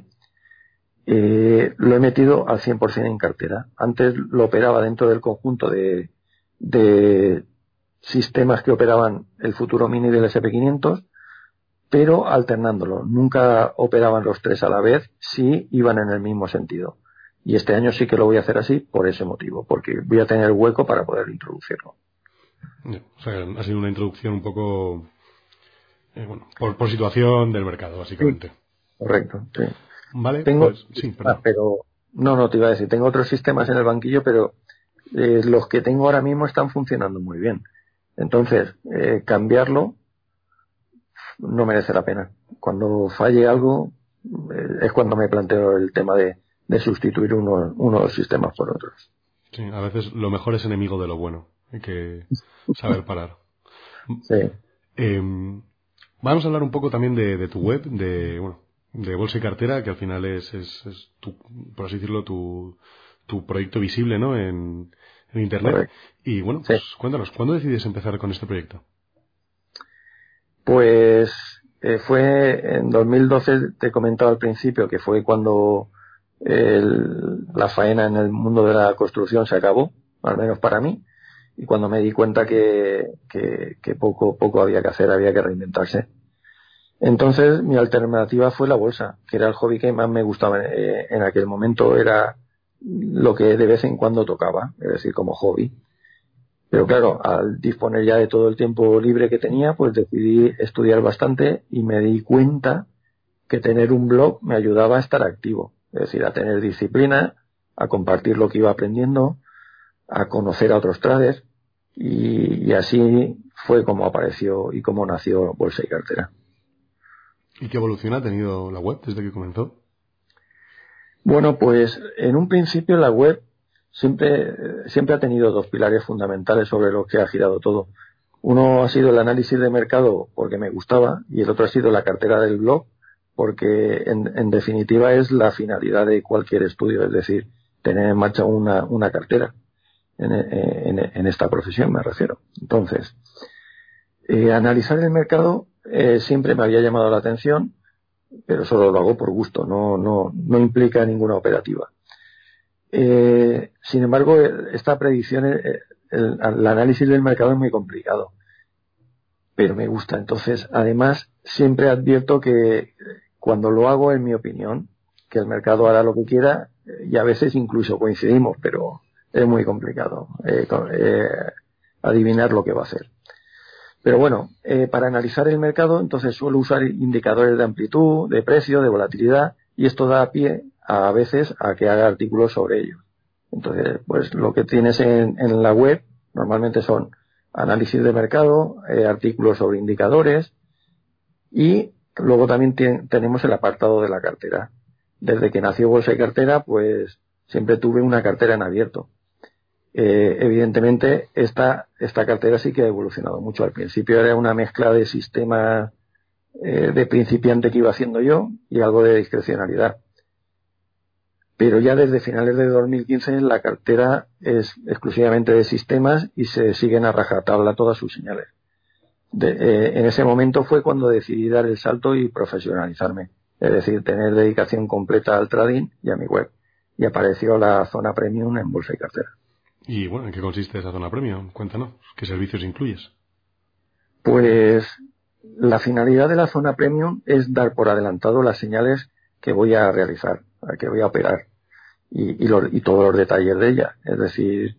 eh, lo he metido al cien por ciento en cartera. Antes lo operaba dentro del conjunto de, de sistemas que operaban el futuro mini del ese and pe quinientos, pero alternándolo. Nunca operaban los tres a la vez si iban en el mismo sentido. Y este año sí que lo voy a hacer así por ese motivo, porque voy a tener hueco para poder introducirlo. O sea, ha sido una introducción un poco, eh, bueno, por, por situación del mercado, básicamente. Sí, correcto, sí. Vale, tengo, pues sí, perdón. Ah, pero, no, no te iba a decir, tengo otros sistemas en el banquillo, pero eh, los que tengo ahora mismo están funcionando muy bien. Entonces, eh, cambiarlo no merece la pena. Cuando falle algo, eh, es cuando me planteo el tema de de sustituir uno, uno de los sistemas por otros. Sí, a veces lo mejor es enemigo de lo bueno. Hay que saber parar. Sí. Eh, vamos a hablar un poco también de, de tu web, de bueno, de Bolsa y Cartera, que al final es, es, es tu, por así decirlo, tu, tu proyecto visible, ¿no? En, en Internet. Correcto. Y bueno, pues Sí. cuéntanos, ¿cuándo decides empezar con este proyecto? Pues eh, fue en dos mil doce, te he comentado al principio, que fue cuando el, la faena en el mundo de la construcción se acabó, al menos para mí, y cuando me di cuenta que, que, que poco, poco había que hacer, había que reinventarse. Entonces mi alternativa fue la bolsa, que era el hobby que más me gustaba eh, en aquel momento, era lo que de vez en cuando tocaba, es decir, como hobby. Pero claro, al disponer ya de todo el tiempo libre que tenía, pues decidí estudiar bastante y me di cuenta que tener un blog me ayudaba a estar activo, es decir, a tener disciplina, a compartir lo que iba aprendiendo, a conocer a otros traders, y, y así fue como apareció y como nació Bolsa y Cartera. ¿Y qué evolución ha tenido la web desde que comenzó? Bueno, pues en un principio la web siempre, siempre ha tenido dos pilares fundamentales sobre los que ha girado todo. Uno ha sido el análisis de mercado porque me gustaba y el otro ha sido la cartera del blog porque en, en definitiva es la finalidad de cualquier estudio, es decir, tener en marcha una, una cartera en, en, en esta profesión me refiero. Entonces, eh, analizar el mercado eh, siempre me había llamado la atención, pero solo lo hago por gusto, no, no, no implica ninguna operativa. Eh, sin embargo, esta predicción, el, el, el análisis del mercado es muy complicado, pero me gusta. Entonces, además, siempre advierto que cuando lo hago, en mi opinión, que el mercado hará lo que quiera, y a veces incluso coincidimos, pero es muy complicado eh, eh, adivinar lo que va a hacer. Pero bueno, eh, para analizar el mercado, entonces suelo usar indicadores de amplitud, de precio, de volatilidad, y esto da pie a, a veces a que haga artículos sobre ello. Entonces, pues lo que tienes en, en la web normalmente son análisis de mercado, eh, artículos sobre indicadores, y luego también ten, tenemos el apartado de la cartera. Desde que nació Bolsa y Cartera, pues siempre tuve una cartera en abierto. Eh, evidentemente esta, esta cartera sí que ha evolucionado mucho. Al principio era una mezcla de sistema eh, de principiante que iba haciendo yo y algo de discrecionalidad. Pero ya desde finales de dos mil quince la cartera es exclusivamente de sistemas y se siguen a rajatabla todas sus señales. De, eh, en ese momento fue cuando decidí dar el salto y profesionalizarme, es decir, tener dedicación completa al trading y a mi web. Y apareció la zona premium en Bolsa y Cartera. Y bueno, ¿en qué consiste esa zona premium? Cuéntanos, ¿qué servicios incluyes? Pues la finalidad de la zona premium es dar por adelantado las señales que voy a realizar, que voy a operar y, y, los, y todos los detalles de ella. Es decir,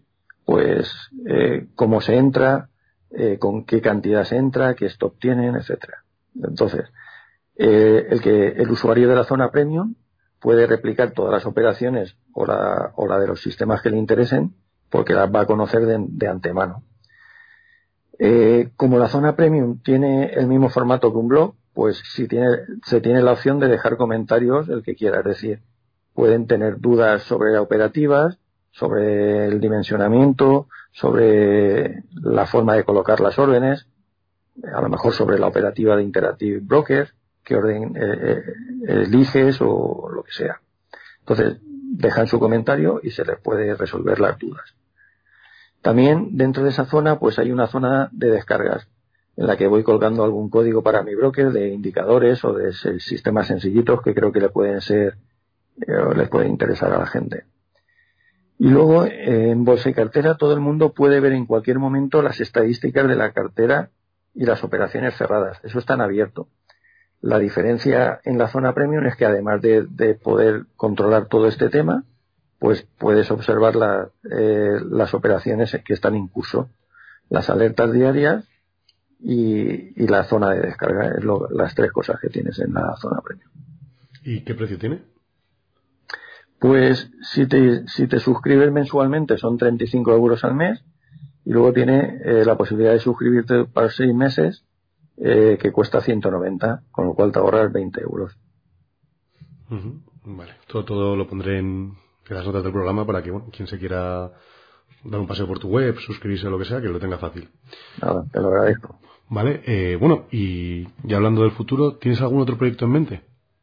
pues eh, cómo se entra, eh, con qué cantidad se entra, qué stop tienen, etcétera. Entonces, eh, el que el usuario de la zona premium puede replicar todas las operaciones o la, o la de los sistemas que le interesen, porque las va a conocer de, de antemano. Eh, como la zona premium tiene el mismo formato que un blog, pues si tiene, se tiene la opción de dejar comentarios el que quiera, es decir, pueden tener dudas sobre operativas, sobre el dimensionamiento, sobre la forma de colocar las órdenes, a lo mejor sobre la operativa de Interactive Broker, qué orden eh, eh, eliges o lo que sea. Entonces, dejan su comentario y se les puede resolver las dudas. También dentro de esa zona pues hay una zona de descargas en la que voy colgando algún código para mi broker de indicadores o de sistemas sencillitos que creo que le pueden ser eh, les puede interesar a la gente. Y luego eh, en Bolsa y Cartera todo el mundo puede ver en cualquier momento las estadísticas de la cartera y las operaciones cerradas. Eso está en abierto. La diferencia en la zona premium es que además de, de poder controlar todo este tema, pues puedes observar la, eh, las operaciones que están en curso, las alertas diarias y, y la zona de descarga. Es lo, las tres cosas que tienes en la zona premium. ¿Y qué precio tiene? Pues si te, si te suscribes mensualmente son treinta y cinco euros al mes y luego tiene eh, la posibilidad de suscribirte para seis meses eh, que cuesta ciento noventa, con lo cual te ahorras veinte euros. Uh-huh. Vale, todo, todo lo pondré en, en las notas del programa para que bueno, quien se quiera dar un paseo por tu web, suscribirse o lo que sea, que lo tenga fácil. Nada, te lo agradezco. Vale, eh, bueno, y ya hablando del futuro, ¿tienes algún otro proyecto en mente?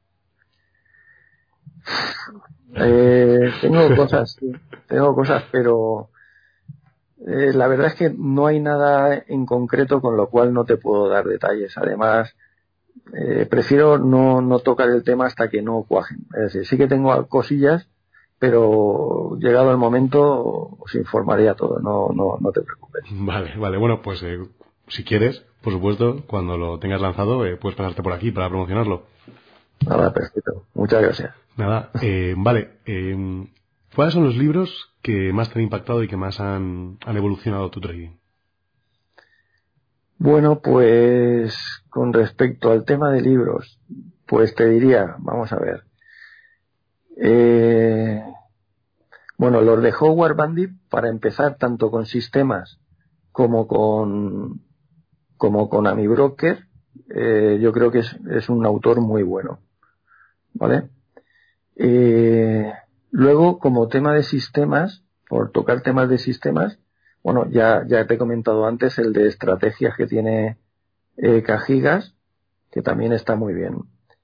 Eh, tengo cosas, sí, tengo cosas, pero eh, la verdad es que no hay nada en concreto con lo cual no te puedo dar detalles. Además, eh, prefiero no, no tocar el tema hasta que no cuajen. Es decir, sí que tengo cosillas, pero llegado el momento os informaría todo, no, no, no te preocupes. Vale, vale, bueno, pues eh, si quieres, por supuesto, cuando lo tengas lanzado, eh, puedes pasarte por aquí para promocionarlo. Nada, perfecto. Muchas gracias. Nada, eh, vale. Eh, ¿Cuáles son los libros que más te han impactado y que más han, han evolucionado tu trading? Bueno, pues con respecto al tema de libros, pues te diría, vamos a ver. Eh, bueno, los de Howard Bandit, para empezar tanto con sistemas como con como con AmiBroker, eh, yo creo que es, es un autor muy bueno, ¿vale? Eh, luego, como tema de sistemas, por tocar temas de sistemas, bueno, ya, ya te he comentado antes el de estrategias que tiene eh, Cajigas, que también está muy bien.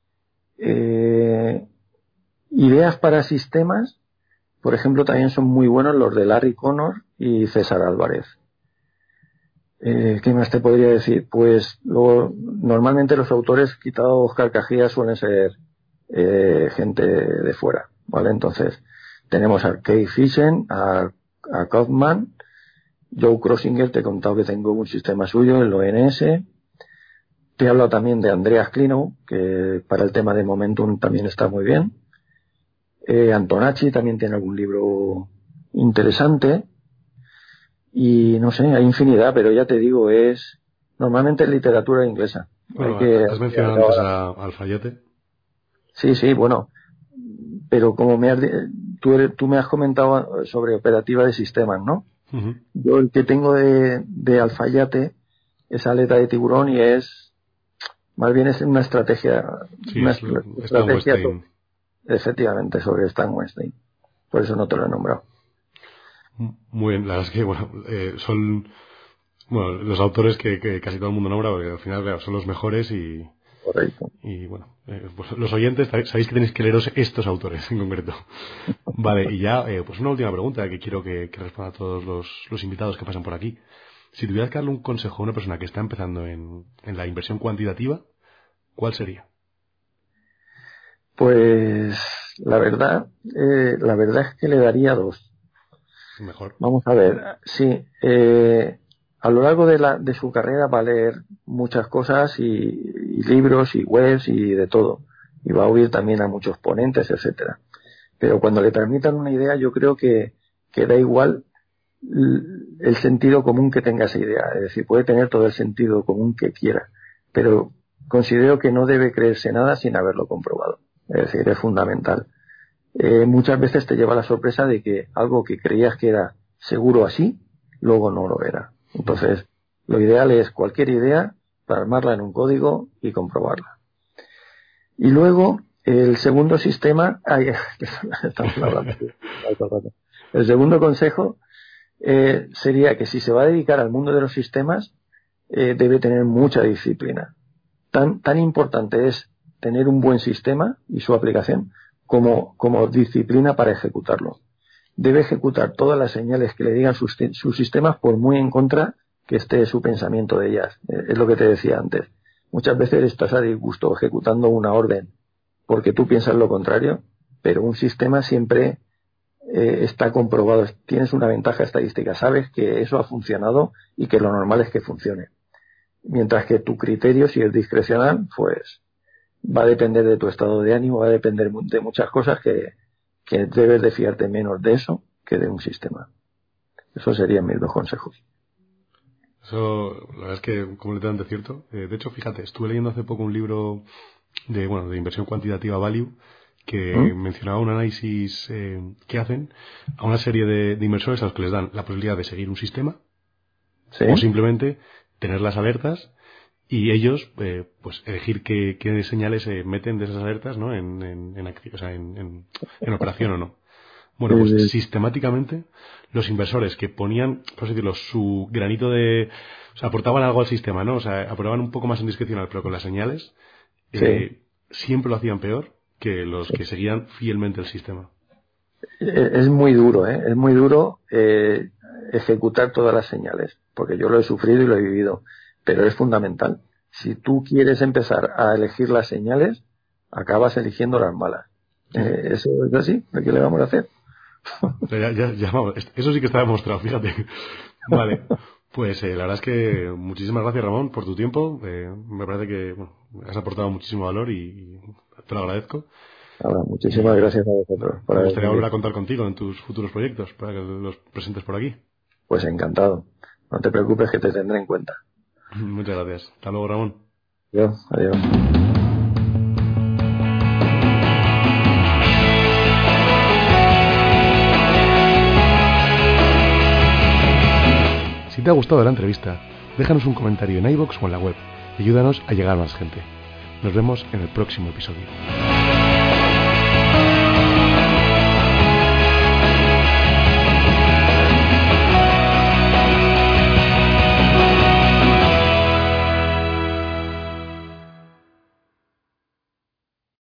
Eh, ideas para sistemas, por ejemplo, también son muy buenos los de Larry Connor y César Álvarez. Eh, ¿Qué más te podría decir? Pues luego, normalmente los autores, quitado Oscar Cajigas, suelen ser eh, gente de fuera, ¿vale? Entonces, tenemos a Kay Fischen, a, a Kaufman, Joe Crossinger, te he contado que tengo un sistema suyo, el O N S. Te he hablado también de Andreas Klinow, que para el tema de Momentum también está muy bien. Eh, Antonacci también tiene algún libro interesante. Y no sé, hay infinidad, pero ya te digo, es normalmente literatura inglesa. Bueno, hay que, has mencionado antes a Alfayete. Sí, sí, bueno, pero como me has, tú, eres, tú me has comentado sobre operativa de sistemas, ¿no? Uh-huh. Yo el que tengo de, de Alfayate es aleta de tiburón y es, más bien es una estrategia, sí, una es lo, estrategia, to, efectivamente, sobre Stan Weinstein. Por eso no te lo he nombrado. Muy bien, la verdad es que, bueno, eh, son, bueno, los autores que, que casi todo el mundo nombra, porque al final, claro, son los mejores y, correcto. Y bueno, eh, pues los oyentes sabéis que tenéis que leeros estos autores en concreto. Vale, y ya, eh, pues una última pregunta que quiero que, que responda a todos los, los invitados que pasan por aquí. Si tuvieras que darle un consejo a una persona que está empezando en, en la inversión cuantitativa, ¿cuál sería? Pues la verdad, eh, la verdad es que le daría dos. Mejor. Vamos a ver, sí, eh, a lo largo de, la, de su carrera va a leer muchas cosas y, y libros y webs y de todo. Y va a oír también a muchos ponentes, etcétera. Pero cuando le transmitan una idea, yo creo que, que da igual el sentido común que tenga esa idea. Es decir, puede tener todo el sentido común que quiera, pero considero que no debe creerse nada sin haberlo comprobado. Es decir, es fundamental. Eh, muchas veces te lleva la sorpresa de que algo que creías que era seguro así, luego no lo era. Entonces, lo ideal es cualquier idea, plasmarla en un código y comprobarla. Y luego, el segundo sistema, ay, estamos hablando, el segundo consejo eh, sería que si se va a dedicar al mundo de los sistemas, eh, debe tener mucha disciplina. Tan, tan importante es tener un buen sistema y su aplicación como, como disciplina para ejecutarlo. Debe ejecutar todas las señales que le digan sus, sus sistemas, por muy en contra que esté su pensamiento de ellas. Eh, es lo que te decía antes. Muchas veces estás a disgusto ejecutando una orden porque tú piensas lo contrario, pero un sistema siempre eh, está comprobado. Tienes una ventaja estadística, sabes que eso ha funcionado y que lo normal es que funcione. Mientras que tu criterio, si es discrecional, pues va a depender de tu estado de ánimo, va a depender de muchas cosas que, que debes de fiarte menos de eso que de un sistema. Esos serían mis dos consejos. Eso, la verdad es que completamente cierto. Eh, de hecho, fíjate, estuve leyendo hace poco un libro de, bueno, de inversión cuantitativa value que ¿Mm? mencionaba un análisis eh, que hacen a una serie de, de inversores a los que les dan la posibilidad de seguir un sistema, ¿sí? O simplemente tener las alertas y ellos eh, pues elegir qué, qué señales se meten de esas alertas, ¿no? en, en, en, acción, o sea, en, en, en operación o no. Bueno, pues sí, sí. sistemáticamente los inversores que ponían, por así decirlo, su granito de... O sea, aportaban algo al sistema, ¿no? O sea, aportaban un poco más en discrecional, pero con las señales, sí. eh, siempre lo hacían peor que los sí. que seguían fielmente el sistema. Es muy duro, ¿eh? Es muy duro eh, ejecutar todas las señales, porque yo lo he sufrido y lo he vivido, pero es fundamental. Si tú quieres empezar a elegir las señales, acabas eligiendo las malas. Sí. Eh, eso es así, ¿qué le vamos a hacer? Ya, ya, ya, vamos, eso sí que está demostrado, fíjate. Vale, pues eh, la verdad es que muchísimas gracias, Ramón, por tu tiempo. Eh, me parece que bueno, has aportado muchísimo valor y, y te lo agradezco. Ahora, muchísimas gracias a vosotros. Me gustaría volver a contar contigo en tus futuros proyectos para que los presentes por aquí. Pues encantado. No te preocupes, que te tendré en cuenta. Muchas gracias. Hasta luego, Ramón. Adiós. Adiós. Si te ha gustado la entrevista, déjanos un comentario en iVoox o en la web y ayúdanos a llegar a más gente. Nos vemos en el próximo episodio.